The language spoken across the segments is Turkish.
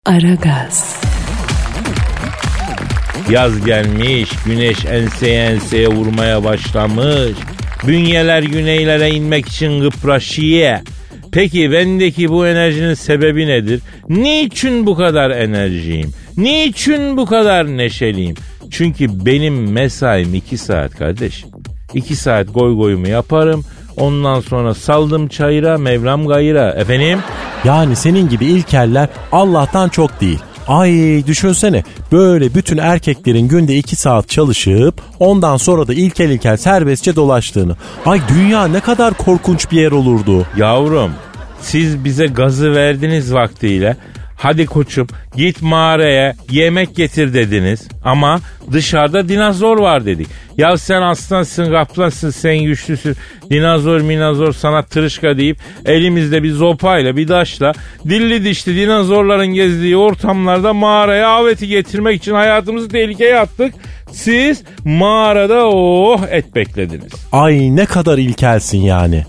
Aragaz. Yaz gelmiş, güneş enseye vurmaya başlamış. Bünyeler güneylere inmek için gıpraşiye. Peki bendeki bu enerjinin sebebi nedir? Niçin bu kadar enerjiyim? Niçin bu kadar neşeliyim? Çünkü benim mesaim 2 saat kardeşim. 2 saat goyumu yaparım. Ondan sonra saldım çayıra, Mevlam gayıra. Efendim? Yani senin gibi ilkeller Allah'tan çok değil. Ay düşünsene, böyle bütün erkeklerin günde 2 saat çalışıp ondan sonra da ilkel serbestçe dolaştığını. Ay dünya ne kadar korkunç bir yer olurdu. Yavrum, siz bize gazı verdiniz vaktiyle. Hadi koçum git mağaraya yemek getir dediniz. Ama dışarıda dinozor var dedik. Ya sen aslansın, kaplansın, sen güçlüsün. Dinozor sana tırışka deyip elimizde bir zopayla bir daşla dilli dişli dinozorların gezdiği ortamlarda mağaraya aveti getirmek için hayatımızı tehlikeye attık. Siz mağarada et beklediniz. Ay ne kadar ilkelsin yani.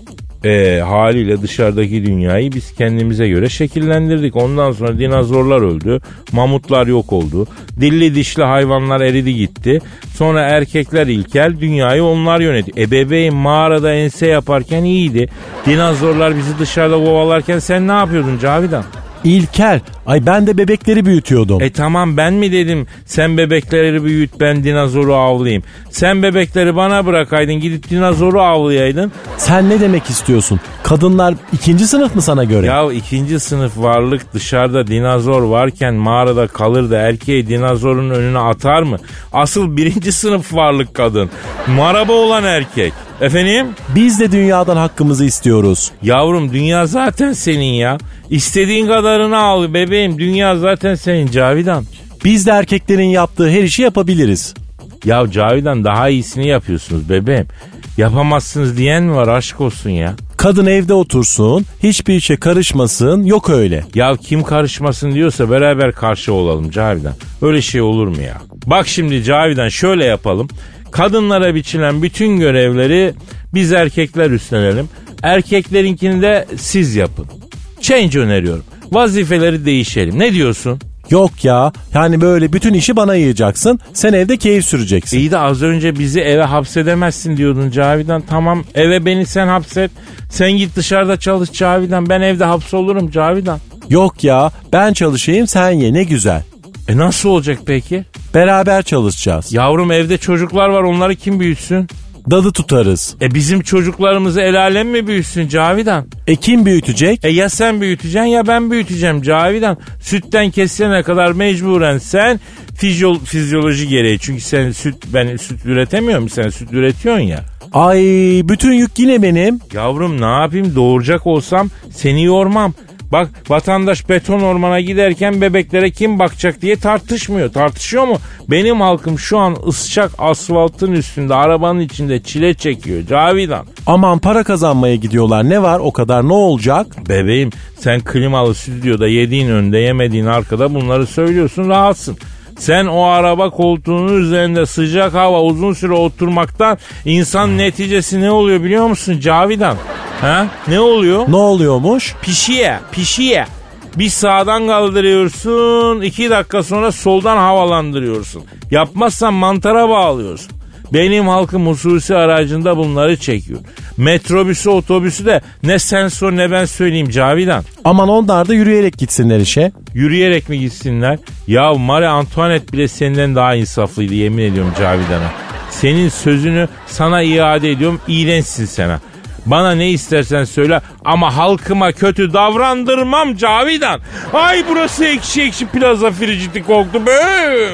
Haliyle dışarıdaki dünyayı biz kendimize göre şekillendirdik. Ondan sonra dinozorlar öldü, mamutlar yok oldu, dilli dişli hayvanlar eridi gitti. Sonra erkekler ilkel, dünyayı onlar yönetti. Bebeğim mağarada ense yaparken iyiydi. Dinozorlar bizi dışarıda kovalarken sen ne yapıyordun Cavidan? İlkel. Ay ben de bebekleri büyütüyordum. Tamam ben mi dedim sen bebekleri büyüt ben dinozoru avlayayım. Sen bebekleri bana bırakaydın gidip dinozoru avlayaydın. Sen ne demek istiyorsun? Kadınlar 2. sınıf mı sana göre? Ya 2. sınıf varlık dışarıda dinozor varken mağarada kalır da erkeği dinozorun önüne atar mı? Asıl 1. sınıf varlık kadın. Maraba olan erkek. Efendim? Biz de dünyadan hakkımızı istiyoruz. Yavrum dünya zaten senin ya. İstediğin kadarını al bebeğim. Dünya zaten senin Cavidan. Biz de erkeklerin yaptığı her işi yapabiliriz. Ya Cavidan daha iyisini yapıyorsunuz bebeğim. Yapamazsınız diyen mi var aşk olsun ya? Kadın evde otursun, hiçbir işe karışmasın, yok öyle. Ya kim karışmasın diyorsa beraber karşı olalım Cavidan. Öyle şey olur mu ya? Bak şimdi Cavidan şöyle yapalım. Kadınlara biçilen bütün görevleri biz erkekler üstlenelim. Erkeklerinkini de siz yapın. Change öneriyorum. Vazifeleri değişelim. Ne diyorsun? Yok ya. Yani böyle bütün işi bana yiyeceksin. Sen evde keyif süreceksin. İyi de az önce bizi eve hapsedemezsin diyordun Cavidan. Tamam eve beni sen hapset. Sen git dışarıda çalış Cavidan. Ben evde hapsolurum Cavidan. Yok ya. Ben çalışayım sen ye ne güzel. Nasıl olacak peki? Beraber çalışacağız. Yavrum evde çocuklar var onları kim büyütsün? Dadı tutarız. Bizim çocuklarımızı el alem mi büyütsün Cavidan? Kim büyütecek? Ya sen büyüteceksin ya ben büyüteceğim Cavidan. Sütten kesene kadar mecburen sen fizyoloji gereği. Çünkü ben süt üretemiyorum sen süt üretiyorsun ya. Ay bütün yük yine benim. Yavrum ne yapayım doğuracak olsam seni yormam. Bak vatandaş beton ormana giderken bebeklere kim bakacak diye tartışmıyor. Tartışıyor mu? Benim halkım şu an ısçak asfaltın üstünde arabanın içinde çile çekiyor Cavidan. Aman para kazanmaya gidiyorlar ne var o kadar ne olacak? Bebeğim sen klimalı stüdyoda yediğin önde yemediğin arkada bunları söylüyorsun rahatsın. Sen o araba koltuğunun üzerinde sıcak hava uzun süre oturmaktan insan neticesi ne oluyor biliyor musun Cavidan? Ha? Ne oluyor? Ne oluyormuş? Pişiye. Bir sağdan kaldırıyorsun, 2 dakika sonra soldan havalandırıyorsun. Yapmazsan mantara bağlıyorsun. Benim halkım hususi aracında bunları çekiyor. Metrobüsü, otobüsü de ne sen sor ne ben söyleyeyim Cavidan. Aman onlar da yürüyerek gitsinler işe. Yürüyerek mi gitsinler? Ya Marie Antoinette bile senden daha insaflıydı yemin ediyorum Cavidan'a. Senin sözünü sana iade ediyorum, iğrençsin sana. Bana ne istersen söyle ama halkıma kötü davrandırmam Cavidan. Ay burası ekşi plaza friciti koktu be.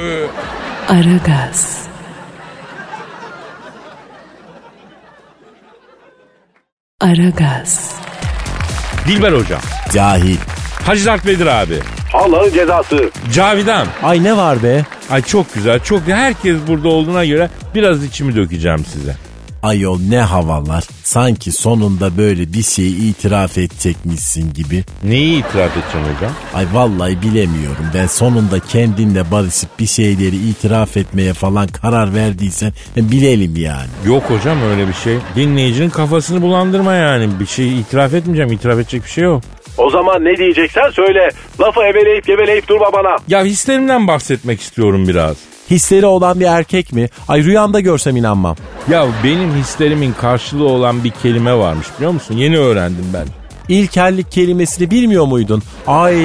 Aragaz. Aragaz. Dilber hocam. Cahil. Hacı Dert Vedir abi. Allah'ın cezası. Cavidan. Ay ne var be? Ay çok güzel çok güzel. Herkes burada olduğuna göre biraz içimi dökeceğim size. Ayol ne havalar. Sanki sonunda böyle bir şeyi itiraf edecekmişsin gibi. Neyi itiraf edeceğim hocam? Ay vallahi bilemiyorum. Ben sonunda kendinle barışıp bir şeyleri itiraf etmeye falan karar verdiysen bilelim yani. Yok hocam öyle bir şey. Dinleyicinin kafasını bulandırma yani. Bir şey itiraf etmeyeceğim. İtiraf edecek bir şey yok. O zaman ne diyeceksen söyle. Lafı eveleyip durma bana. Ya hislerimden bahsetmek istiyorum biraz. Hisleri olan bir erkek mi? Ay rüyamda görsem inanmam. Ya benim hislerimin karşılığı olan bir kelime varmış biliyor musun? Yeni öğrendim ben. İlkellik kelimesini bilmiyor muydun? Ay,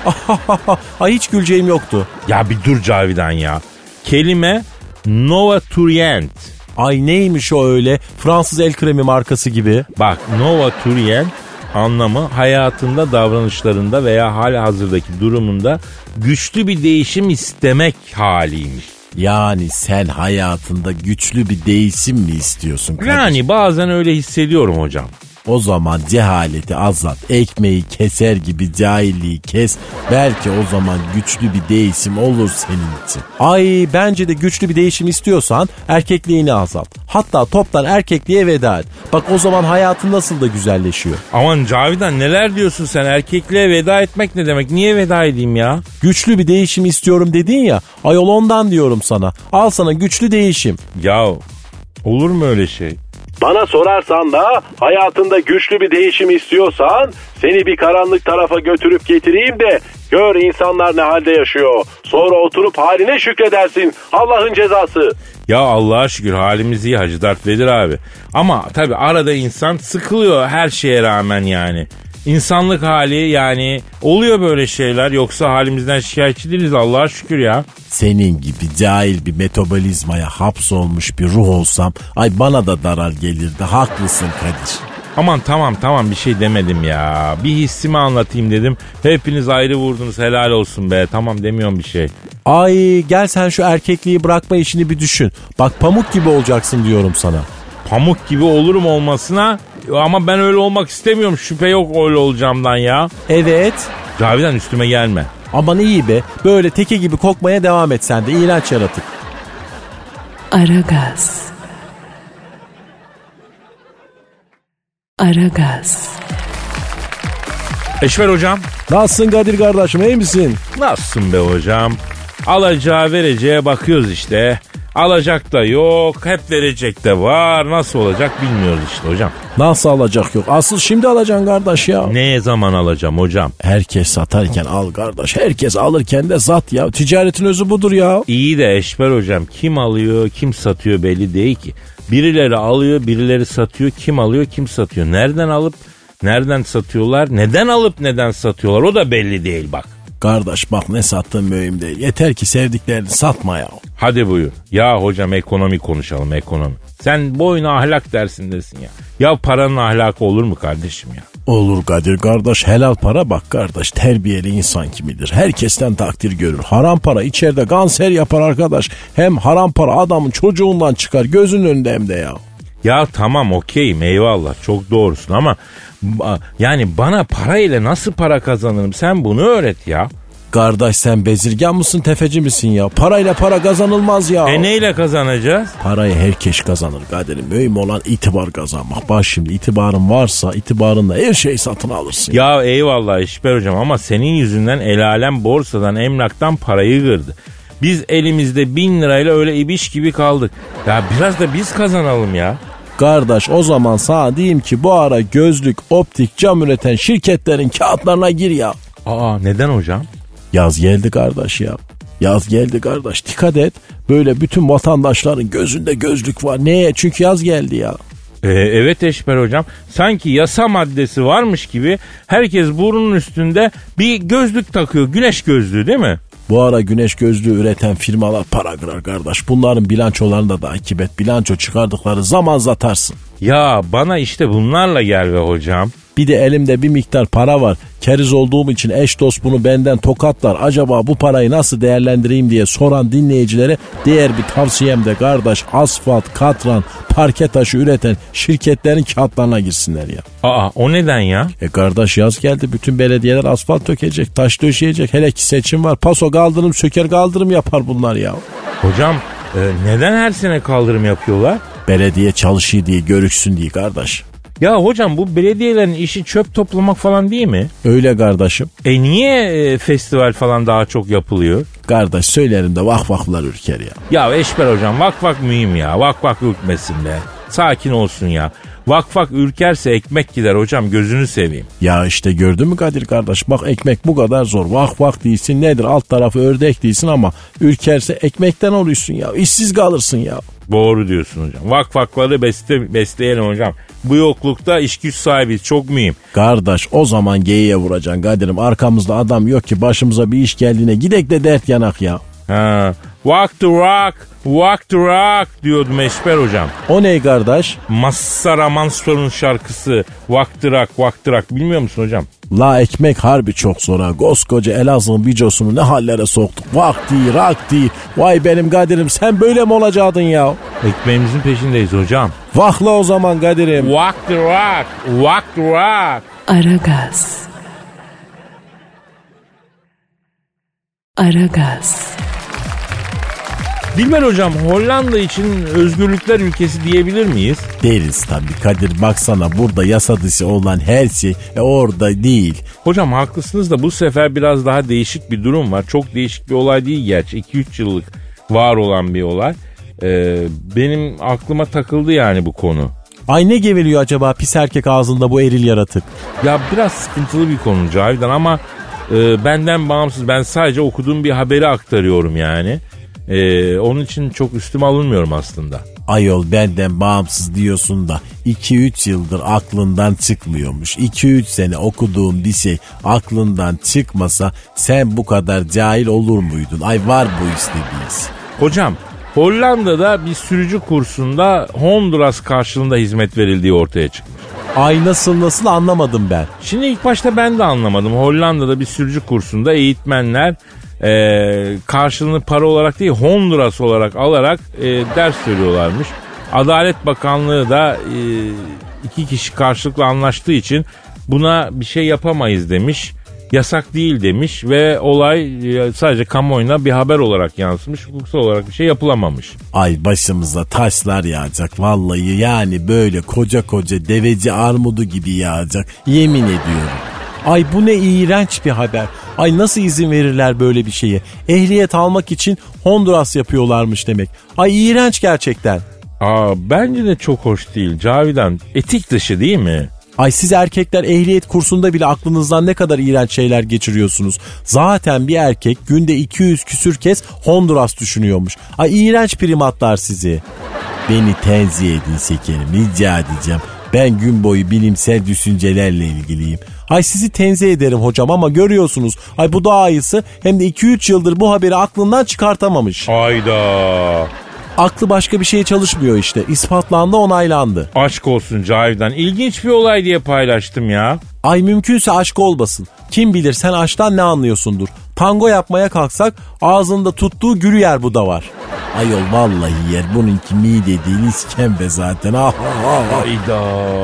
ay hiç güleceğim yoktu. Ya bir dur Cavidan ya. Kelime novaturient. Ay neymiş o öyle? Fransız el kremi markası gibi. Bak novaturient anlamı hayatında, davranışlarında veya halihazırdaki durumunda güçlü bir değişim istemek haliymiş. Yani sen hayatında güçlü bir değişim mi istiyorsun kardeşim? Yani bazen öyle hissediyorum hocam. O zaman cehaleti azalt, ekmeği keser gibi cahilliği kes. Belki o zaman güçlü bir değişim olur senin için. Ay bence de güçlü bir değişim istiyorsan erkekliğini azalt. Hatta toptan erkekliğe veda et. Bak o zaman hayatın nasıl da güzelleşiyor. Aman Cavidan neler diyorsun sen? Erkekliğe veda etmek ne demek? Niye veda edeyim ya? Güçlü bir değişim istiyorum dedin ya. Ayol ondan diyorum sana. Al sana güçlü değişim. Ya olur mu öyle şey? Bana sorarsan da hayatında güçlü bir değişim istiyorsan seni bir karanlık tarafa götürüp getireyim de gör insanlar ne halde yaşıyor. Sonra oturup haline şükredersin. Allah'ın cezası. Ya Allah'a şükür halimiz iyi Hacı Dert Vedir abi. Ama tabii arada insan sıkılıyor her şeye rağmen yani. İnsanlık hali yani oluyor böyle şeyler yoksa halimizden şikayetçi değiliz Allah'a şükür ya. Senin gibi cahil bir metabolizmaya hapsolmuş bir ruh olsam ay bana da daral gelirdi. Haklısın Kadir. Aman tamam bir şey demedim ya. Bir hissimi anlatayım dedim. Hepiniz ayrı vurdunuz helal olsun be. Tamam demiyorum bir şey. Ay gel sen şu erkekliği bırakma işini bir düşün. Bak pamuk gibi olacaksın diyorum sana. Pamuk gibi olurum olmasına ama ben öyle olmak istemiyorum. Şüphe yok öyle olacağımdan ya. Evet. Cavidan üstüme gelme. Aman iyi be. Böyle teke gibi kokmaya devam et sen de. İğrenç yaratık. Aragaz. Aragaz. Eşver hocam. Nasılsın Kadir kardeşim iyi misin? Nasılsın be hocam? Alacağı vereceğe bakıyoruz işte. Alacak da yok, hep verecek de var. Nasıl olacak bilmiyoruz işte hocam. Nasıl alacak yok? Asıl şimdi alacaksın kardeş ya. Ne zaman alacağım hocam? Herkes satarken al kardeş. Herkes alırken de sat ya. Ticaretin özü budur ya. İyi de Eşber hocam kim alıyor kim satıyor belli değil ki. Birileri alıyor birileri satıyor. Kim alıyor kim satıyor. Nereden alıp nereden satıyorlar? Neden alıp neden satıyorlar o da belli değil bak. Kardeş bak ne sattığın mühim değil. Yeter ki sevdiklerini satma ya. Hadi buyur. Ya hocam ekonomi konuşalım ekonomi. Sen boyuna ahlak dersindesin ya. Ya paranın ahlakı olur mu kardeşim ya? Olur Kadir kardeş helal para bak kardeş terbiyeli insan kimidir. Herkesten takdir görür. Haram para içeride kanser yapar arkadaş. Hem haram para adamın çocuğundan çıkar gözünün önünde hem de ya. Ya tamam okeyim eyvallah çok doğrusun ama yani bana parayla nasıl para kazanırım sen bunu öğret ya. Kardeş sen bezirgan mısın tefeci misin ya? Parayla para kazanılmaz ya. Neyle kazanacağız? Parayı herkes kazanır Kadir'im. Mühim olan itibar kazanmak. Bak şimdi itibarın varsa itibarınla her şeyi satın alırsın. Ya eyvallah İşber hocam ama senin yüzünden el alem borsadan emlaktan parayı kırdı. Biz elimizde 1000 lirayla öyle ibiş gibi kaldık. Ya biraz da biz kazanalım ya. Kardeş o zaman sana diyeyim ki bu ara gözlük, optik, cam üreten şirketlerin kağıtlarına gir ya. Aa neden hocam? Yaz geldi kardeş ya. Yaz geldi kardeş. Dikkat et. Böyle bütün vatandaşların gözünde gözlük var. Neye? Çünkü yaz geldi ya. Evet Eşber hocam. Sanki yasa maddesi varmış gibi herkes burnunun üstünde bir gözlük takıyor. Güneş gözlüğü değil mi? Bu ara güneş gözlüğü üreten firmalar para kırar kardeş. Bunların bilançolarını da takip et. Bilanço çıkardıkları zaman satarsın. Ya bana işte bunlarla gel be hocam. Bir de elimde bir miktar para var. Keriz olduğum için eş dost bunu benden tokatlar. Acaba bu parayı nasıl değerlendireyim diye soran dinleyicilere diğer bir tavsiyem de kardeş asfalt, katran, parke taşı üreten şirketlerin kağıtlarına girsinler ya. Aa o neden ya? Kardeş yaz geldi bütün belediyeler asfalt dökecek, taş döşeyecek. Hele ki seçim var. Paso kaldırım söker kaldırım yapar bunlar ya. Hocam neden her sene kaldırım yapıyorlar? Belediye çalışıyor diye görüksün diye kardeş. Ya hocam bu belediyelerin işi çöp toplamak falan değil mi? Öyle kardeşim. Niye festival falan daha çok yapılıyor? Kardeş söylerim de vak vaklar ürker ya. Ya Eşber hocam vak mühim ya. Vak hükmesin be. Sakin olsun ya. Vak ürkerse ekmek gider hocam, gözünü seveyim. Ya işte gördün mü Kadir kardeş, bak ekmek bu kadar zor. Vak değilsin nedir, alt tarafı ördek değilsin ama ürkerse ekmekten oluyorsun ya, işsiz kalırsın ya. Doğru diyorsun hocam. Vakları besleyelim hocam. Bu yoklukta iş güç sahibiyiz, çok mühim. Kardeş o zaman geyiğe vuracaksın Kadir'im, arkamızda adam yok ki başımıza bir iş geldiğine gidek de dert yanak ya. Ha. Walk the rock diyordu Meşber hocam. O ne kardeş? Mazhar Mansur'un şarkısı Walk the rock bilmiyor musun hocam? La ekmek harbi çok zor ha. Koskoca Elazığ'ın bicosunu ne hallere soktuk. Vakti, rakti. Vay benim Kadir'im, sen böyle mi olacaktın ya? Ekmeğimizin peşindeyiz hocam. Vakla o zaman Kadir'im. Walk the rock. Aragaz. Dilber hocam, Hollanda için özgürlükler ülkesi diyebilir miyiz? Deriz tabii Kadir, baksana burada yasa dışı olan her şey orada değil. Hocam haklısınız da bu sefer biraz daha değişik bir durum var. Çok değişik bir olay değil gerçi. 2-3 yıllık var olan bir olay. Benim aklıma takıldı yani bu konu. Ay ne geveliyor acaba pis erkek ağzında bu eril yaratık? Ya biraz sıkıntılı bir konu Cavidan ama benden bağımsız, ben sadece okuduğum bir haberi aktarıyorum yani. Onun için çok üstüme alınmıyorum aslında. Ayol benden bağımsız diyorsun da 2-3 yıldır aklından çıkmıyormuş. 2-3 sene okuduğum bir şey aklından çıkmasa sen bu kadar cahil olur muydun? Ay var bu istediğiniz. Hocam Hollanda'da bir sürücü kursunda Honduras karşılığında hizmet verildiği ortaya çıkmış. Ay nasıl anlamadım ben. Şimdi ilk başta ben de anlamadım. Hollanda'da bir sürücü kursunda eğitmenler karşılığını para olarak değil Honduras olarak alarak ders veriyorlarmış. Adalet Bakanlığı da 2 kişi karşılıklı anlaştığı için buna bir şey yapamayız demiş. Yasak değil demiş ve olay sadece kamuoyuna bir haber olarak yansımış. Hukuksal olarak bir şey yapılamamış. Ay başımıza taşlar yağacak vallahi, yani böyle koca deveci armudu gibi yağacak, yemin ediyorum. Ay bu ne iğrenç bir haber. Ay nasıl izin verirler böyle bir şeye? Ehliyet almak için Honduras yapıyorlarmış demek. Ay iğrenç gerçekten. Bence de çok hoş değil Cavidan. Etik dışı değil mi? Ay siz erkekler ehliyet kursunda bile aklınızdan ne kadar iğrenç şeyler geçiriyorsunuz. Zaten bir erkek günde 200 küsür kez Honduras düşünüyormuş. Ay iğrenç primatlar sizi. Beni tenzih edin şekerim, rica edeceğim. Ben gün boyu bilimsel düşüncelerle ilgiliyim. Ay sizi tenzih ederim hocam ama görüyorsunuz. Ay bu daha iyisi, hem de 2-3 yıldır bu haberi aklından çıkartamamış. Hayda. Aklı başka bir şeye çalışmıyor işte. İspatlandı, onaylandı. Aşk olsun Cavidan. İlginç bir olay diye paylaştım ya. Ay mümkünse aşk olmasın. Kim bilir sen aşktan ne anlıyorsundur. Tango yapmaya kalksak ağzında tuttuğu gülü yer bu da var. Ayol vallahi yer. Bununki mide değil iskembe zaten. Hayda.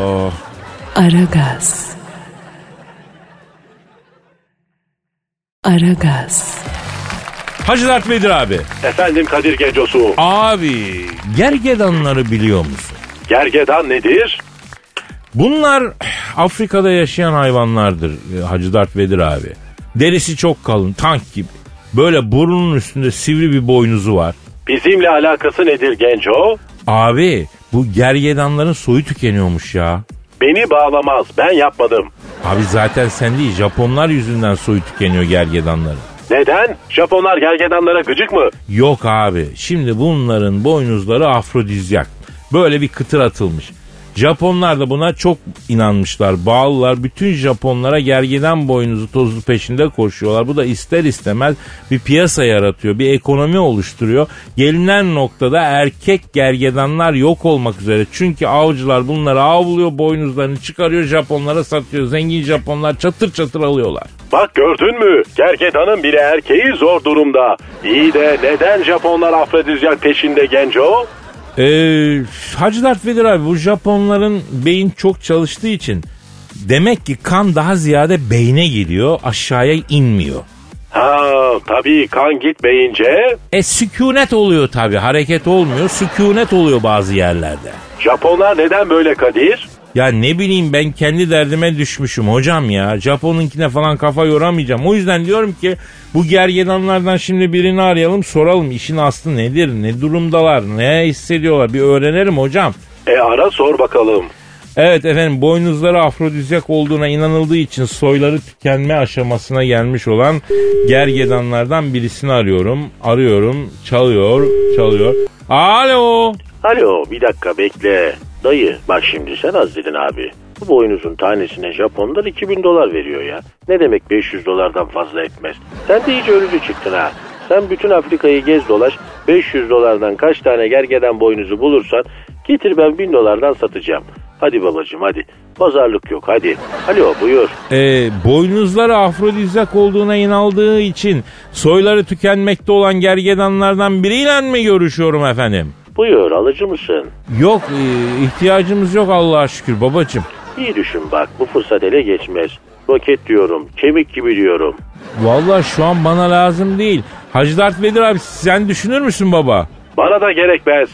Aragaz. Hacı Dert Vedir abi. Efendim Kadir Gencosu. Abi gergedanları biliyor musun? Gergedan nedir? Bunlar Afrika'da yaşayan hayvanlardır Hacı Dert Vedir abi. Derisi çok kalın, tank gibi. Böyle burnunun üstünde sivri bir boynuzu var. Bizimle alakası nedir Genco? Abi bu gergedanların soyu tükeniyormuş ya. Beni bağlamaz, ben yapmadım. Abi zaten sen değil, Japonlar yüzünden soyu tükeniyor gergedanların. Neden? Japonlar gergedanlara gıcık mı? Yok abi, şimdi bunların boynuzları afrodizyak. Böyle bir kıtır atılmış. Japonlar da buna çok inanmışlar, bağlılar. Bütün Japonlara gergedan boynuzu tozu peşinde koşuyorlar. Bu da ister istemez bir piyasa yaratıyor, bir ekonomi oluşturuyor. Gelinen noktada erkek gergedanlar yok olmak üzere. Çünkü avcılar bunları avlıyor, boynuzlarını çıkarıyor, Japonlara satıyor. Zengin Japonlar çatır çatır alıyorlar. Bak gördün mü? Gergedanın bile erkeği zor durumda. İyi de neden Japonlar afrodizyak peşinde Genco? Hacı Dert Vedir abi, bu Japonların beyin çok çalıştığı için demek ki kan daha ziyade beyne gidiyor, aşağıya inmiyor. Tabii kan gitmeyince. Sükunet oluyor tabii, hareket olmuyor, sükunet oluyor bazı yerlerde. Japonlar neden böyle Kadir? Ya ne bileyim, ben kendi derdime düşmüşüm hocam ya. Japon'unkine falan kafa yoramayacağım. O yüzden diyorum ki bu gergedanlardan şimdi birini arayalım, soralım işin aslı nedir, ne durumdalar, ne hissediyorlar, bir öğrenelim hocam. Ara sor bakalım. Evet efendim, boynuzları afrodizyak olduğuna inanıldığı için soyları tükenme aşamasına gelmiş olan gergedanlardan birisini arıyorum. Çalıyor. Alo. Alo, bir dakika bekle. Dayı bak, şimdi sen az dedin abi. Bu boynuzun tanesine Japonlar $2000 veriyor ya. Ne demek $500'dan fazla etmez. Sen de hiç ölücü çıktın ha. Sen bütün Afrika'yı gez dolaş, $500'dan kaç tane gergedan boynuzu bulursan getir, ben $1000'dan satacağım. Hadi babacığım hadi. Pazarlık yok hadi. Alo buyur. Boynuzları afrodizyak olduğuna inanıldığı için soyları tükenmekte olan gergedanlardan biriyle mi görüşüyorum efendim? Buyur, alıcı mısın? Yok, ihtiyacımız yok Allah'a şükür babacığım. İyi düşün bak, bu fırsat ele geçmez. Roket diyorum, kemik gibi diyorum. Vallahi şu an bana lazım değil. Hacı Dert Vedir abi, sen düşünür müsün baba? Bana da gerekmez.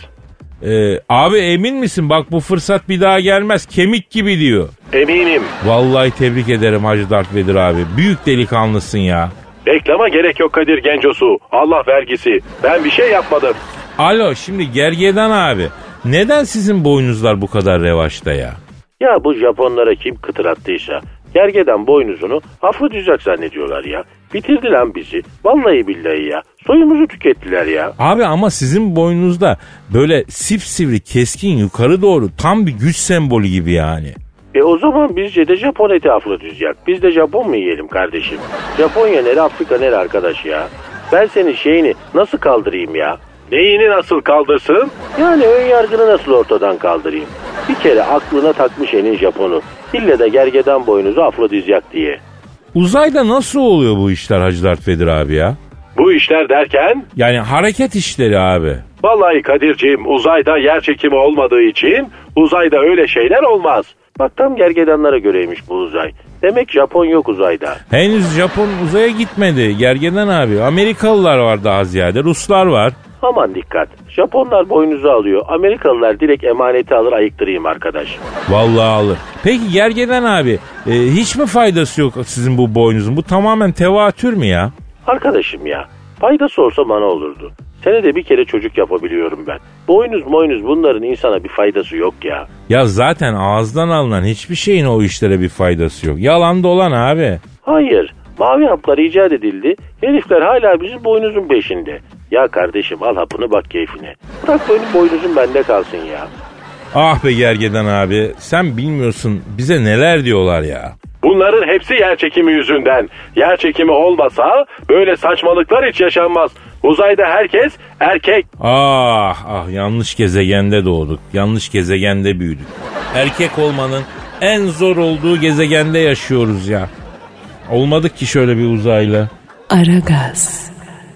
Abi emin misin? Bak bu fırsat bir daha gelmez. Kemik gibi diyor. Eminim. Vallahi tebrik ederim Hacı Dert Vedir abi. Büyük delikanlısın ya. Reklama gerek yok Kadir Gencosu. Allah vergisi. Ben bir şey yapmadım. Alo, şimdi gergedan abi, neden sizin boynuzlar bu kadar revaçta ya? Ya bu Japonlara kim kıtır attıysa gergedan boynuzunu afrodizyak zannediyorlar ya. Bitirdi lan bizi. Vallahi billahi ya. Soyumuzu tükettiler ya. Abi ama sizin boynuzda böyle sivri keskin yukarı doğru tam bir güç sembolü gibi yani. O zaman bizce de Japon eti afrodizyak. Biz de Japon mu yiyelim kardeşim? Japonya nere, Afrika nere arkadaş ya? Ben senin şeyini nasıl kaldırayım ya? Neyini nasıl kaldırsın? Yani ön yargını nasıl ortadan kaldırayım? Bir kere aklına takmış elin Japonu. İlle de gergedan boynuzu afrodizyak diye. Uzayda nasıl oluyor bu işler Hacı Dert Vedir abi ya? Bu işler derken? Yani hareket işleri abi. Vallahi Kadir'ciğim, uzayda yer çekimi olmadığı için uzayda öyle şeyler olmaz. Bak tam gergedanlara göreymiş bu uzay. Demek Japon yok uzayda. Henüz Japon uzaya gitmedi gergedan abi. Amerikalılar var daha ziyade, Ruslar var. Aman dikkat. Japonlar boynuzu alıyor. Amerikalılar direkt emaneti alır, ayıktırayım arkadaş. Vallahi alır. Peki gergedan abi, hiç mi faydası yok sizin bu boynuzun? Bu tamamen tevatür mü ya? Arkadaşım ya, faydası olsa bana olurdu. Senede bir kere çocuk yapabiliyorum ben. Boynuz bunların insana bir faydası yok ya. Ya zaten ağızdan alınan hiçbir şeyin o işlere bir faydası yok. Yalan dolan abi. Hayır. Mavi haplar icat edildi. Herifler hala bizim boynuzun peşinde. Ya kardeşim al hapını bak keyfine. Bırak benim boynuzum bende kalsın ya. Ah be gergedan abi, sen bilmiyorsun bize neler diyorlar ya. Bunların hepsi yer çekimi yüzünden. Yer çekimi olmasa böyle saçmalıklar hiç yaşanmaz. Uzayda herkes erkek. Ah yanlış gezegende doğduk. Yanlış gezegende büyüdük. Erkek olmanın en zor olduğu gezegende yaşıyoruz ya. Olmadık ki şöyle bir uzaylı. Aragaz.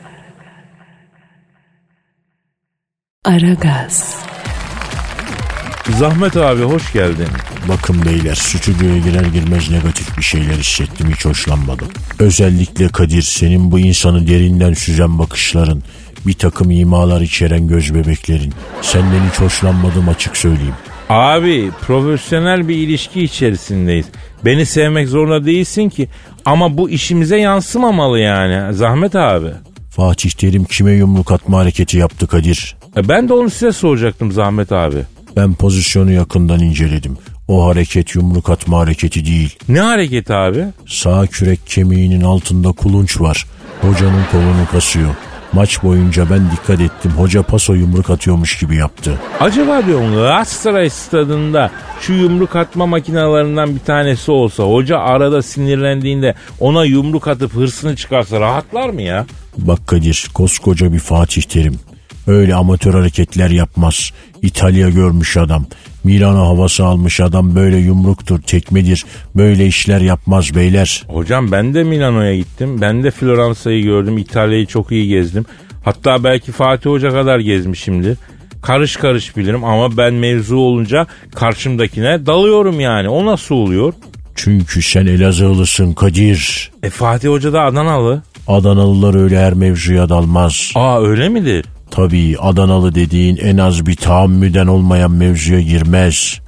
Zahmet abi hoş geldin. Bakın beyler, stüdyoya girer girmez negatif bir şeyler hissettim, hiç hoşlanmadım. Özellikle Kadir, senin bu insanı derinden süzen bakışların, bir takım imalar içeren göz bebeklerin. Senden hiç hoşlanmadım, açık söyleyeyim. Abi profesyonel bir ilişki içerisindeyiz. Beni sevmek zorunda değilsin ki, ama bu işimize yansımamalı yani Zahmet abi. Fatih Terim kime yumruk atma hareketi yaptı Kadir? Ben de onu size soracaktım Zahmet abi. Ben pozisyonu yakından inceledim. O hareket yumruk atma hareketi değil. Ne hareketi abi? Sağ kürek kemiğinin altında kulunç var. Hocanın kolunu kasıyor. Maç boyunca ben dikkat ettim. Hoca paso yumruk atıyormuş gibi yaptı. Acaba diyorum Galatasaray stadında şu yumruk atma makinalarından bir tanesi olsa, hoca arada sinirlendiğinde ona yumruk atıp hırsını çıkarsa rahatlar mı ya? Bak Kadir, koskoca bir Fatih Terim. Öyle amatör hareketler yapmaz. İtalya görmüş adam. Milano havası almış adam, böyle yumruktur, tekmedir. Böyle işler yapmaz beyler. Hocam ben de Milano'ya gittim. Ben de Floransa'yı gördüm. İtalya'yı çok iyi gezdim. Hatta belki Fatih Hoca kadar gezmişimdir. Karış karış bilirim ama ben mevzu olunca karşımdakine dalıyorum yani. O nasıl oluyor? Çünkü sen Elazığlısın Kadir. Fatih Hoca da Adanalı. Adanalılar öyle her mevzuya dalmaz. Öyle midir? Tabii, Adanalı dediğin en az bir tahammüden olmayan mevzuya girmez.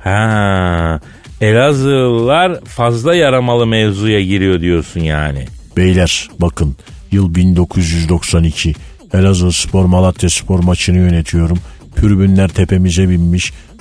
Elazığlılar fazla yaramalı mevzuya giriyor diyorsun yani. Beyler bakın, yıl 1992. Elazığ Spor Malatya Spor maçını yönetiyorum. Tribünler tepemize binmiş.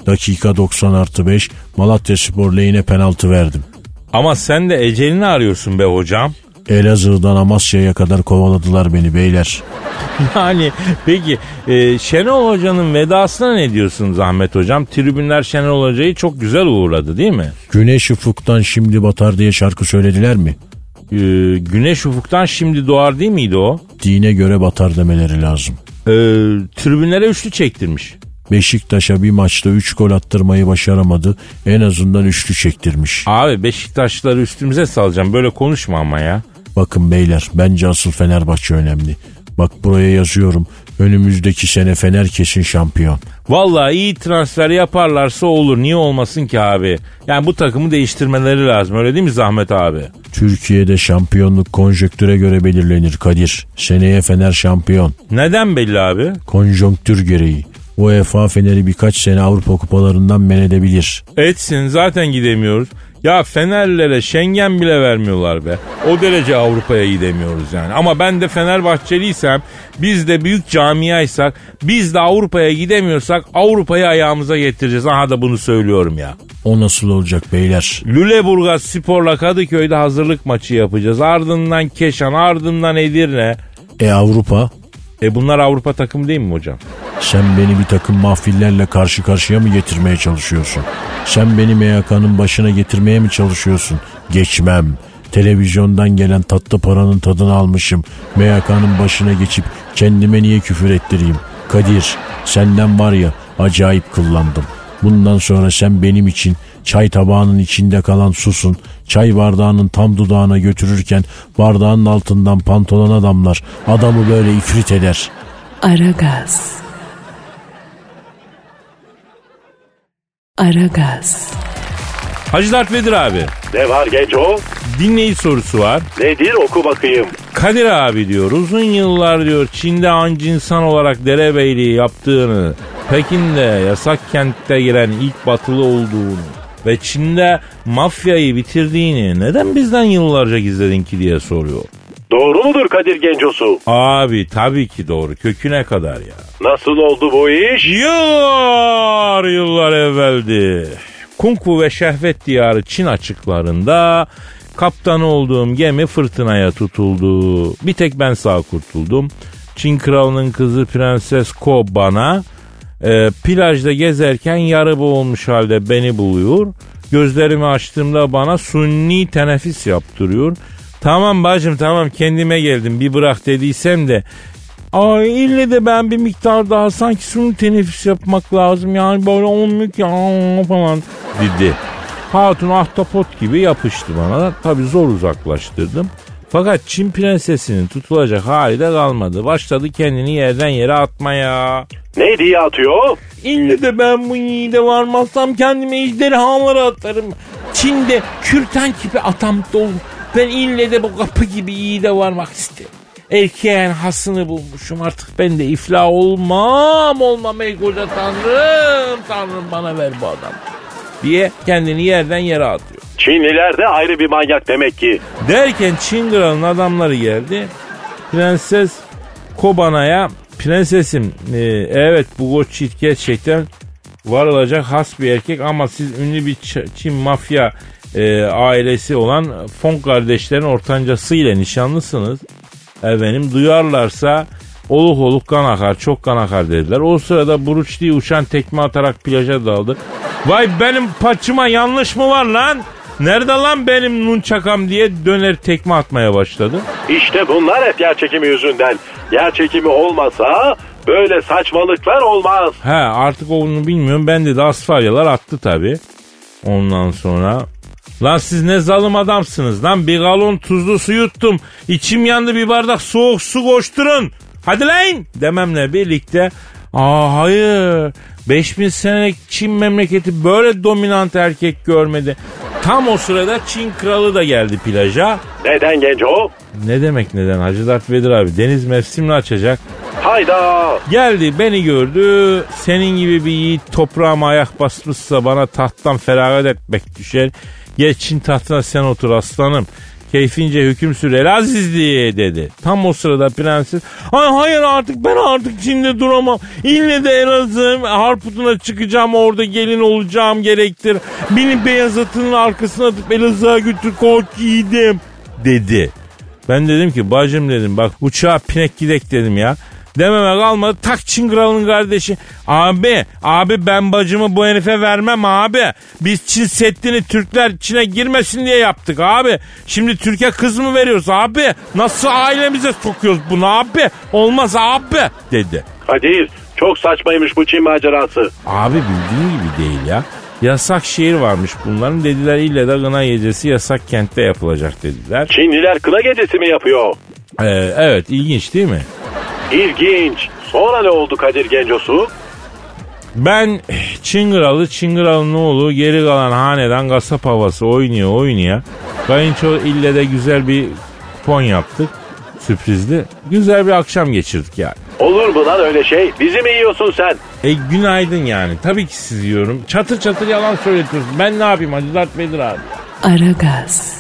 Dakika 90+5 Malatyaspor lehine penaltı verdim. Ama sen de ecelini arıyorsun be hocam. Elazığ'dan Amasya'ya kadar kovaladılar beni beyler. Yani peki Şenol Hoca'nın vedasına ne diyorsunuz Ahmet Hocam? Tribünler Şenol Hoca'yı çok güzel uğurladı değil mi? Güneş ufuktan şimdi batar diye şarkı söylediler mi? Güneş ufuktan şimdi doğar değil miydi o? Dine göre batar demeleri lazım. Tribünlere üçlü çektirmiş. Beşiktaş'a bir maçta 3 gol attırmayı başaramadı. En azından üçlü çektirmiş. Abi Beşiktaşlıları üstümüze salacağım. Böyle konuşma ama ya. Bakın beyler, bence asıl Fenerbahçe önemli. Bak buraya yazıyorum. Önümüzdeki sene Fener kesin şampiyon. Vallahi iyi transfer yaparlarsa olur. Niye olmasın ki abi? Yani bu takımı değiştirmeleri lazım. Öyle değil mi Zahmet abi? Türkiye'de şampiyonluk konjonktüre göre belirlenir Kadir. Seneye Fener şampiyon. Neden belli abi? Konjonktür gereği. UEFA Fener'i birkaç sene Avrupa kupalarından men edebilir. Etsin, zaten gidemiyoruz. Ya Fenerlilere Schengen bile vermiyorlar be. O derece Avrupa'ya gidemiyoruz yani. Ama ben de Fenerbahçeliysem, biz de büyük camiaysak, biz de Avrupa'ya gidemiyorsak Avrupa'yı ayağımıza getireceğiz. Aha da bunu söylüyorum ya. O nasıl olacak beyler? Lüleburgaz Spor'la Kadıköy'de hazırlık maçı yapacağız. Ardından Keşan, ardından Edirne. Avrupa? Bunlar Avrupa takımı değil mi hocam? Sen beni bir takım mahfillerle karşı karşıya mı getirmeye çalışıyorsun? Sen beni MYK'nın başına getirmeye mi çalışıyorsun? Geçmem. Televizyondan gelen tatlı paranın tadını almışım. MYK'nın başına geçip kendime niye küfür ettireyim? Kadir, senden var ya acayip kıllandım. Bundan sonra sen benim için çay tabağının içinde kalan susun. Çay bardağının tam dudağına götürürken bardağın altından pantolona damlar. Adamı böyle ifrit eder. Aragaz. Aragaz. Hacı Dert Vedir abi. Ne var Genco? Dinleyici sorusu var. Nedir, oku bakayım. Kadir abi diyor, uzun yıllar diyor Çin'de ancı insan olarak derebeyliği yaptığını, Pekin'de yasak kentte giren ilk batılı olduğunu ve Çin'de mafyayı bitirdiğini neden bizden yıllarca gizledin ki diye soruyor. Doğru mudur Kadir Gencosu? Abi tabii ki doğru, köküne kadar ya. Nasıl oldu bu iş? Yıllar evveldi. Kung Fu ve Şehvet Diyarı Çin açıklarında kaptanı olduğum gemi fırtınaya tutuldu. Bir tek ben sağ kurtuldum. Çin kralının kızı Prenses Ko bana plajda gezerken yarı boğulmuş halde beni buluyor. Gözlerimi açtığımda bana sunni teneffüs yaptırıyor. Tamam bacım tamam, kendime geldim, bir bırak dediysem de ay ille de ben bir miktar daha sanki sunni teneffüs yapmak lazım yani böyle olmuyor ki falan dedi. Hatun ahtapot gibi yapıştı bana. Tabii zor uzaklaştırdım. Fakat Çin prensesinin tutulacak hali de kalmadı. Başladı kendini yerden yere atmaya. Ne diye atıyor? İlle de ben bu yiğide varmazsam kendimi ejderhalara atarım. Çin'de kürtan gibi atam dolu. Ben ille de bu kapı gibi yiğide varmak isterim. Erkeğin hasını bulmuşum, artık ben de iflah olmam ey koca tanrım bana ver bu adam diye kendini yerden yere atıyor. Çinliler de ayrı bir manyak demek ki. Derken Çin kralının adamları geldi. Prenses Kobana'ya, prensesim evet bu koç çift gerçekten varılacak has bir erkek ama siz ünlü bir Çin mafya ailesi olan Fong kardeşlerin ortancasıyla nişanlısınız. Efendim duyarlarsa oluk kan akar, çok kan akar dediler. O sırada Bruce Lee uçan tekme atarak plaja daldı. Vay benim paçıma yanlış mı var lan? Nerede lan benim nunçakam diye döner tekme atmaya başladı. İşte bunlar hep yer çekimi yüzünden. Yer çekimi olmasa böyle saçmalıklar olmaz. He artık onu bilmiyorum, bende de asfalyalar attı tabi. Ondan sonra lan siz ne zalim adamsınız lan, bir galon tuzlu su yuttum, içim yandı, bir bardak soğuk su koşturun hadi lan dememle birlikte hayır 5000 senelik Çin memleketi böyle dominant erkek görmedi. Tam o sırada Çin kralı da geldi plaja. Neden Genco? Ne demek neden Hacı Dert Vedir abi, deniz mevsimini açacak. Hayda. Geldi beni gördü, senin gibi bir yiğit toprağıma ayak basmışsa bana tahttan feragat etmek düşer. Geç Çin tahtına sen otur aslanım. Keyfince hüküm sür Elazizli'ye dedi. Tam o sırada prenses hayır artık ben artık Çin'de duramam. İlle de Elazığ Harput'una çıkacağım, orada gelin olacağım gerektir. Beni beyaz atının arkasına atıp Elazığ'a götür koç yiğidim dedi. Ben dedim ki bacım dedim bak uçağa pinek gidek dedim ya. Dememe kalmadı tak Çıngıral'ın kardeşi. Abi ben bacımı bu herife vermem abi. Biz Çin Seddi'ni Türkler Çin'e girmesin diye yaptık abi. Şimdi Türkiye kız mı veriyoruz abi? Nasıl ailemize sokuyoruz bunu abi? Olmaz abi dedi. Kadir çok saçmaymış bu Çin macerası. Abi bildiğin gibi değil ya. Yasak şehir varmış bunların, dediler ille de kına gecesi yasak kentte yapılacak dediler. Çinliler kına gecesi mi yapıyor? Evet ilginç değil mi? İlginç. Sonra ne oldu Kadir Gencosu? Ben Çıngıral'ın oğlu geri kalan hanedan kasap havası oynuyor. Kayınço ille de güzel bir kupon yaptık. Sürprizli. Güzel bir akşam geçirdik yani. Olur mu lan öyle şey? Bizi mi yiyorsun sen? Günaydın yani. Tabii ki siz yiyorum. Çatır çatır yalan söyletiyorsun. Ben ne yapayım Hacı Dert Vedir abi? Aragaz.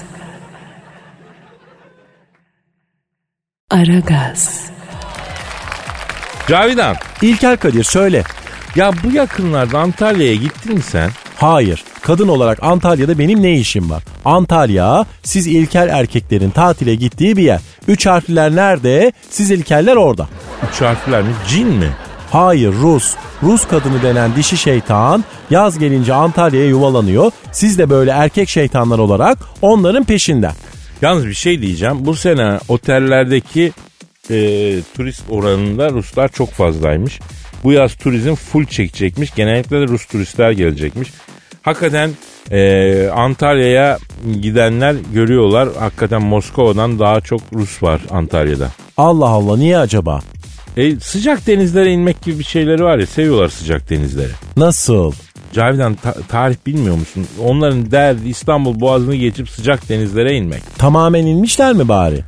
Cavidan. İlker Kadir söyle. Ya bu yakınlarda Antalya'ya gittin mi sen? Hayır. Kadın olarak Antalya'da benim ne işim var? Antalya siz ilkel erkeklerin tatile gittiği bir yer. 3 harfliler nerede? Siz ilkeller orada. 3 harfler mi? Cin mi? Hayır Rus. Rus kadını denen dişi şeytan yaz gelince Antalya'ya yuvalanıyor. Siz de böyle erkek şeytanlar olarak onların peşinden. Yalnız bir şey diyeceğim. Bu sene otellerdeki turist oranında Ruslar çok fazlaymış. Bu yaz turizm full çekecekmiş. Genellikle de Rus turistler gelecekmiş. Hakikaten Antalya'ya gidenler görüyorlar. Hakikaten Moskova'dan daha çok Rus var Antalya'da. Allah Allah niye acaba? Sıcak denizlere inmek gibi bir şeyleri var ya, seviyorlar sıcak denizleri. Nasıl? Cavidan tarih bilmiyor musun? Onların derdi İstanbul Boğazı'nı geçip sıcak denizlere inmek. Tamamen inmişler mi bari?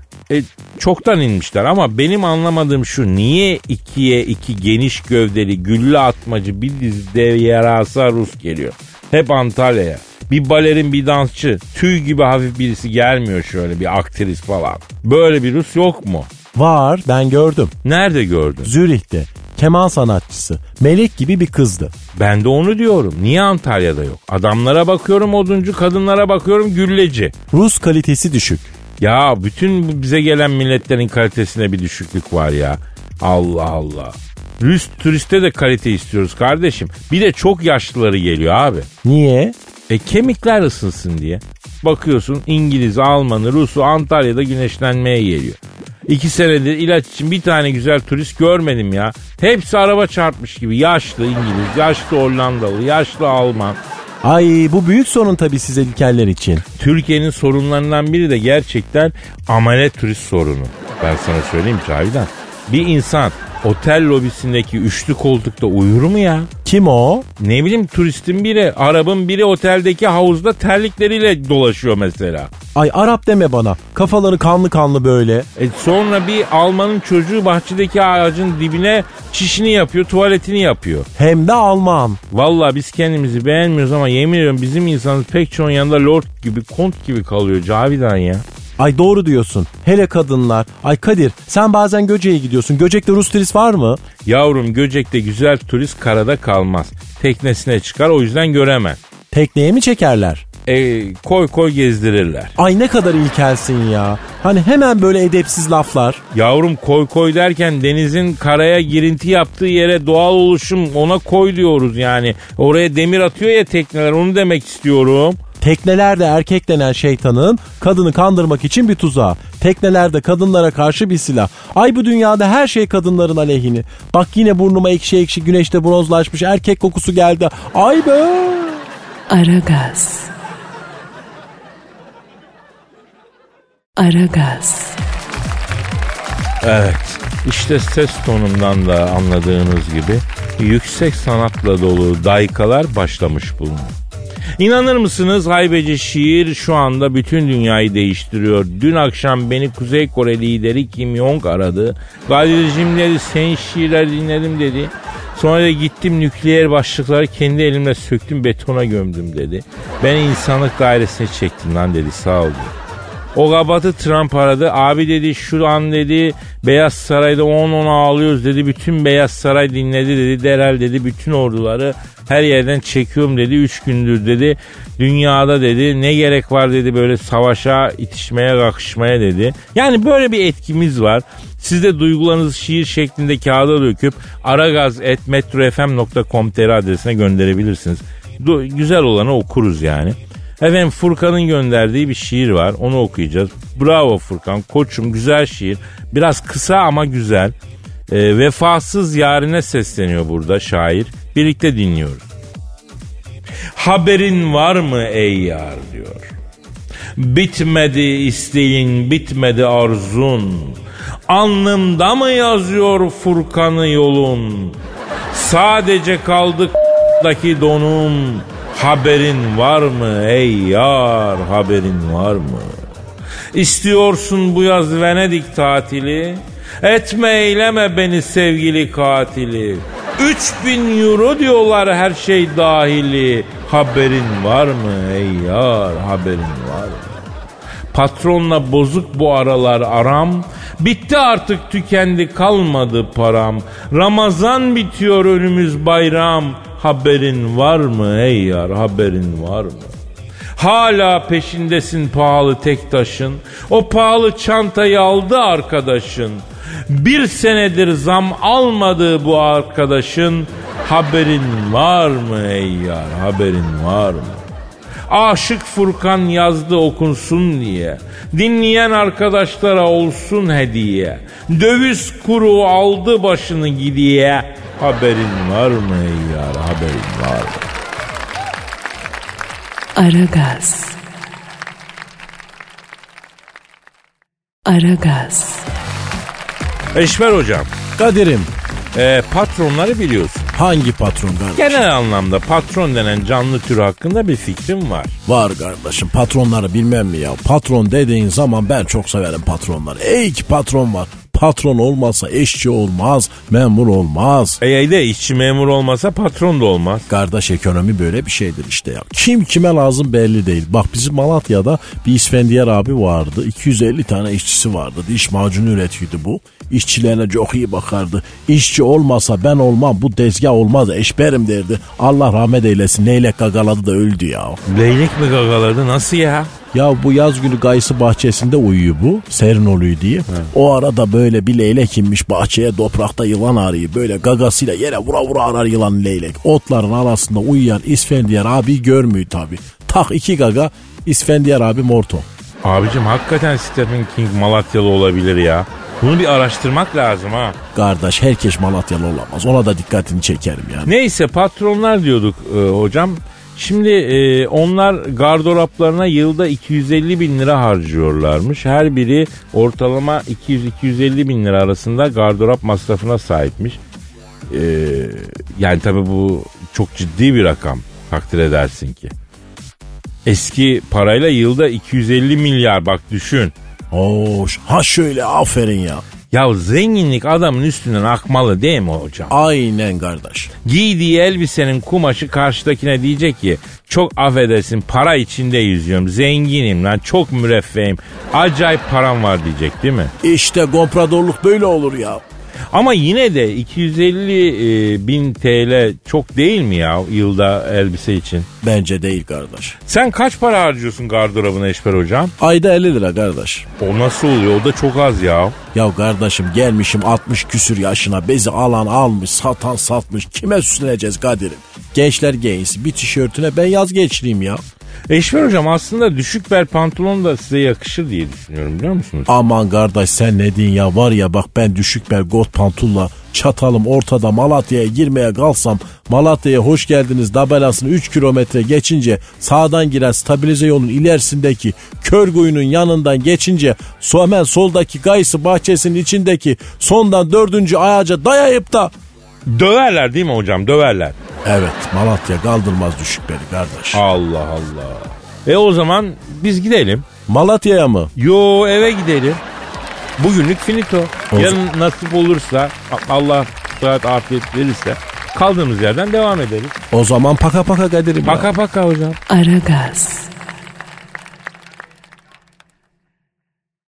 Çoktan inmişler ama benim anlamadığım şu: niye 2'ye 2 geniş gövdeli güllü atmacı bir dizide yarasa Rus geliyor? Hep Antalya'ya. Bir balerin, bir dansçı, tüy gibi hafif birisi gelmiyor, şöyle bir aktris falan. Böyle bir Rus yok mu? Var, ben gördüm. Nerede gördün? Zürih'te. Keman sanatçısı. Melek gibi bir kızdı. Ben de onu diyorum. Niye Antalya'da yok? Adamlara bakıyorum oduncu, kadınlara bakıyorum gülleci. Rus kalitesi düşük. Ya bütün bize gelen milletlerin kalitesine bir düşüklük var ya. Allah Allah. Rus turiste de kalite istiyoruz kardeşim. Bir de çok yaşlıları geliyor abi. Niye? Kemikler ısınsın diye. Bakıyorsun İngiliz, Almanı, Rus'u Antalya'da güneşlenmeye geliyor. 2 senedir ilaç için bir tane güzel turist görmedim ya. Hepsi araba çarpmış gibi. Yaşlı İngiliz, yaşlı Hollandalı, yaşlı Alman. Ay bu büyük sorun tabii size ilkeller için. Türkiye'nin sorunlarından biri de gerçekten amele turist sorunu. Ben sana söyleyeyim Cavidan. Bir insan otel lobisindeki üçlü koltukta uyur mu ya? Kim o? Ne bileyim, turistin biri, Arap'ın biri oteldeki havuzda terlikleriyle dolaşıyor mesela. Ay Arap deme bana. Kafaları kanlı kanlı böyle. Sonra bir Almanın çocuğu bahçedeki ağacın dibine çişini yapıyor, tuvaletini yapıyor. Hem de Alman. Vallahi biz kendimizi beğenmiyoruz ama yemin ediyorum bizim insanımız pek çoğun yanında lord gibi, kont gibi kalıyor Cavidan ya. Ay doğru diyorsun. Hele kadınlar. Ay Kadir sen bazen Göcek'e gidiyorsun. Göcek'te Rus turist var mı? Yavrum Göcek'te güzel turist karada kalmaz. Teknesine çıkar, o yüzden göremez. Tekneye mi çekerler? Koy gezdirirler. Ay ne kadar ilkelsin ya. Hani hemen böyle edepsiz laflar. Yavrum koy derken denizin karaya girinti yaptığı yere doğal oluşum, ona koy diyoruz yani. Oraya demir atıyor ya tekneler, onu demek istiyorum. Teknelerde erkek denen şeytanın kadını kandırmak için bir tuzağı. Teknelerde kadınlara karşı bir silah. Ay bu dünyada her şey kadınların aleyhine. Bak yine burnuma ekşi ekşi güneşte bronzlaşmış erkek kokusu geldi. Ay be. Aragaz. Evet, işte ses tonumdan da anladığınız gibi yüksek sanatla dolu daykalar başlamış bulunuyor. İnanır mısınız, haybeci şiir şu anda bütün dünyayı değiştiriyor. Dün akşam beni Kuzey Kore lideri Kim Jong aradı. Kadir'cim dedi, senin şiirler dinledim dedi. Sonra da gittim nükleer başlıkları kendi elimle söktüm, betona gömdüm dedi. Ben insanlık dairesine çektim lan dedi, sağ ol dedi. O kabatı Trump aradı. Abi dedi şu an dedi Beyaz Saray'da 10 ağlıyoruz dedi. Bütün Beyaz Saray dinledi dedi. Derhal dedi bütün orduları her yerden çekiyorum dedi. 3 gündür dedi. Dünyada dedi ne gerek var dedi böyle savaşa, itişmeye, kakışmaya dedi. Yani böyle bir etkimiz var. Siz de duygularınızı şiir şeklinde kağıda döküp aragaz@metrofm.com.tr adresine gönderebilirsiniz. Güzel olanı okuruz yani. Efendim Furkan'ın gönderdiği bir şiir var. Onu okuyacağız. Bravo Furkan. Koçum güzel şiir. Biraz kısa ama güzel. Vefasız yarine sesleniyor burada şair. Birlikte dinliyoruz. Haberin var mı ey yar diyor. Bitmedi isteğin, bitmedi arzun. Alnımda mı yazıyor Furkan'ı yolun? Sadece kaldık daki donum. Haberin var mı ey yar, haberin var mı? İstiyorsun bu yaz Venedik tatili, etme eyleme beni sevgili katili. 3000 euro diyorlar her şey dahili. Haberin var mı ey yar, haberin var mı? Patronla bozuk bu aralar aram. Bitti artık tükendi kalmadı param. Ramazan bitiyor önümüz bayram. Haberin var mı ey yar, haberin var mı? Hala peşindesin pahalı tek taşın. O pahalı çantayı aldı arkadaşın. 1 senedir zam almadı bu arkadaşın. Haberin var mı ey yar, haberin var mı? Aşık Furkan yazdı okunsun diye. Dinleyen arkadaşlara olsun hediye. Döviz kuru aldı başını gidiye. Haberin var mı ey yar, haberin var mı? Aragaz. Aragaz. Eşver hocam. Kadir'im. Patronları biliyorsun. Hangi patron kardeşim? Genel anlamda patron denen canlı tür hakkında bir fikrim var. Var kardeşim, patronları bilmem mi ya? Patron dediğin zaman ben çok severim patronları. Ey ki patron var. Patron olmazsa işçi olmaz, memur olmaz. De işçi memur olmasa patron da olmaz. Kardeş ekonomi böyle bir şeydir işte ya. Kim kime lazım belli değil. Bak bizim Malatya'da bir İsfendiyar abi vardı. 250 tane işçisi vardı. Diş macunu üretiyordu bu. İşçilerine çok iyi bakardı. İşçi olmasa ben olmam, bu tezgah olmaz, eşberim derdi. Allah rahmet eylesin, leylek gagaladı da öldü ya. Leylek mi gagaladı, nasıl ya? Ya bu yaz günü kayısı bahçesinde uyuyor bu. Serin oluyor diye. O arada böyle bir leylek inmiş bahçeye, toprakta yılan arıyor. Böyle gagasıyla yere vura vura arar yılan leylek. Otların arasında uyuyan İsfendiyar abi görmüyor tabi. Tak 2 gaga, İsfendiyar abi morto. Abicim hakikaten Stephen King Malatyalı olabilir ya. Bunu bir araştırmak lazım ha. Kardeş herkes Malatyalı olamaz. Ona da dikkatini çekerim yani. Neyse patronlar diyorduk hocam. Şimdi onlar gardıroplarına yılda 250 bin lira harcıyorlarmış. Her biri ortalama 200-250 bin lira arasında gardırop masrafına sahipmiş. Yani tabii bu çok ciddi bir rakam, takdir edersin ki. Eski parayla yılda 250 milyar, bak düşün. Hoş, ha şöyle, aferin ya. Ya zenginlik adamın üstünden akmalı değil mi hocam? Aynen kardeş. Giydiği elbisenin kumaşı karşıdakine diyecek ki çok affedersin para içinde yüzüyorum, zenginim lan, çok müreffehim, acayip param var diyecek değil mi? İşte kompradorluk böyle olur ya. Ama yine de 250 bin TL çok değil mi ya yılda elbise için? Bence değil kardeş. Sen kaç para harcıyorsun gardırobuna Eşber hocam? Ayda 50 lira kardeş. O nasıl oluyor? O da çok az ya. Ya kardeşim gelmişim 60 küsür yaşına, bezi alan almış, satan satmış. Kime süsleneceğiz Kadir'im? Gençler giyinsin bir tişörtüne, ben yaz geçireyim ya. Eşver hocam aslında düşük bel pantolon da size yakışır diye düşünüyorum, biliyor musunuz? Aman kardeş sen ne diyorsun ya, var ya bak ben düşük bel got pantulla çatalım ortada Malatya'ya girmeye kalsam, Malatya'ya hoş geldiniz tabelasını 3 kilometre geçince sağdan giren stabilize yolun ilerisindeki Körguyu'nun yanından geçince hemen soldaki kayısı bahçesinin içindeki sondan 4. ağaca dayayıp da döverler değil mi hocam, döverler? Evet, Malatya kaldırmaz düşük beli kardeş. Allah Allah. O zaman biz gidelim. Malatya'ya mı? Yo, eve gidelim. Bugünlük finito. Yarın nasip olursa, Allah sıhhat afiyet verirse kaldığımız yerden devam ederiz. O zaman paka paka Kadir'im. Paka paka hocam. Aragaz.